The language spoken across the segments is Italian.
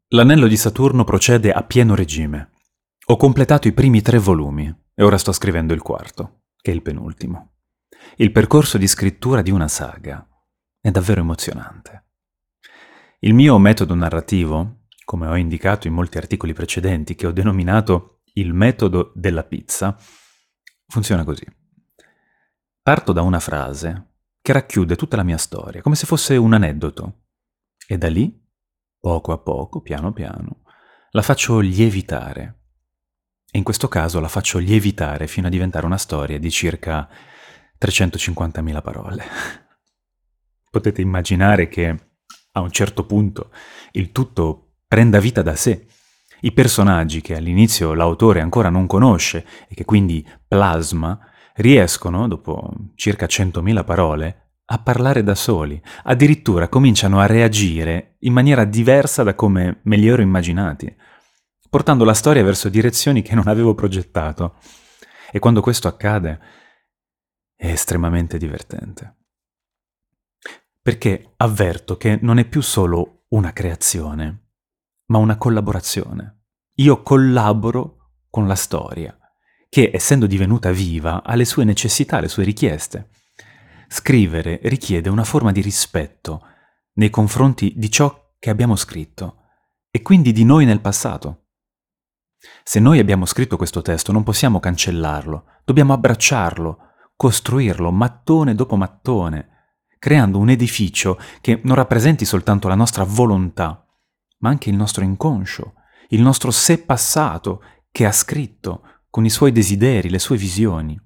L'Anello di Saturno procede a pieno regime. Ho completato i primi 3 volumi e ora sto scrivendo il quarto, che è il penultimo. Il percorso di scrittura di una saga è davvero emozionante. Il mio metodo narrativo, come ho indicato in molti articoli precedenti, che ho denominato il metodo della pizza, funziona così. Parto da una frase che racchiude tutta la mia storia, come se fosse un aneddoto, e da lì, poco a poco, piano piano, la faccio lievitare. E in questo caso la faccio lievitare fino a diventare una storia di circa 350.000 parole. Potete immaginare che a un certo punto il tutto prenda vita da sé. I personaggi che all'inizio l'autore ancora non conosce e che quindi plasma, riescono, dopo circa 100.000 parole, a parlare da soli. Addirittura cominciano a reagire in maniera diversa da come me li ero immaginati, portando la storia verso direzioni che non avevo progettato. E quando questo accade è estremamente divertente. Perché avverto che non è più solo una creazione, ma una collaborazione. Io collaboro con la storia, che, essendo divenuta viva, ha le sue necessità, le sue richieste. Scrivere richiede una forma di rispetto nei confronti di ciò che abbiamo scritto e quindi di noi nel passato. Se noi abbiamo scritto questo testo non possiamo cancellarlo, dobbiamo abbracciarlo, costruirlo mattone dopo mattone, creando un edificio che non rappresenti soltanto la nostra volontà, ma anche il nostro inconscio, il nostro sé passato che ha scritto con i suoi desideri, le sue visioni.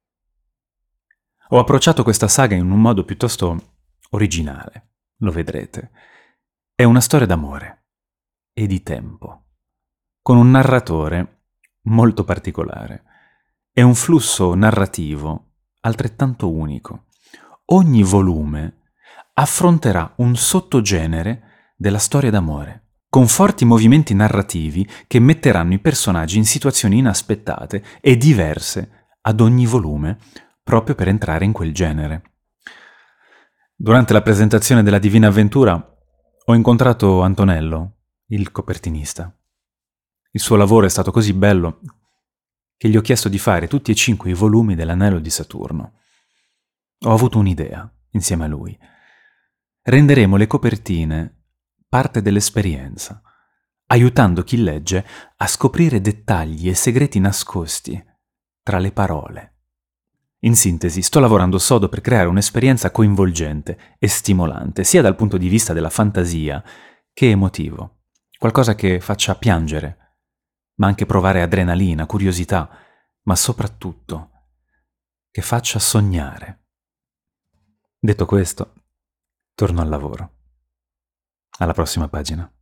Ho approcciato questa saga in un modo piuttosto originale, lo vedrete. È una storia d'amore e di tempo, con un narratore molto particolare. È un flusso narrativo altrettanto unico. Ogni volume affronterà un sottogenere della storia d'amore, con forti movimenti narrativi che metteranno i personaggi in situazioni inaspettate e diverse ad ogni volume, proprio per entrare in quel genere. Durante la presentazione della Divina Avventura ho incontrato Antonello, il copertinista. Il suo lavoro è stato così bello che gli ho chiesto di fare tutti e 5 i volumi dell'Anello di Saturno. Ho avuto un'idea insieme a lui. Renderemo le copertine parte dell'esperienza, aiutando chi legge a scoprire dettagli e segreti nascosti tra le parole. In sintesi, sto lavorando sodo per creare un'esperienza coinvolgente e stimolante, sia dal punto di vista della fantasia che emotivo. Qualcosa che faccia piangere, ma anche provare adrenalina, curiosità, ma soprattutto che faccia sognare. Detto questo, torno al lavoro. Alla prossima pagina.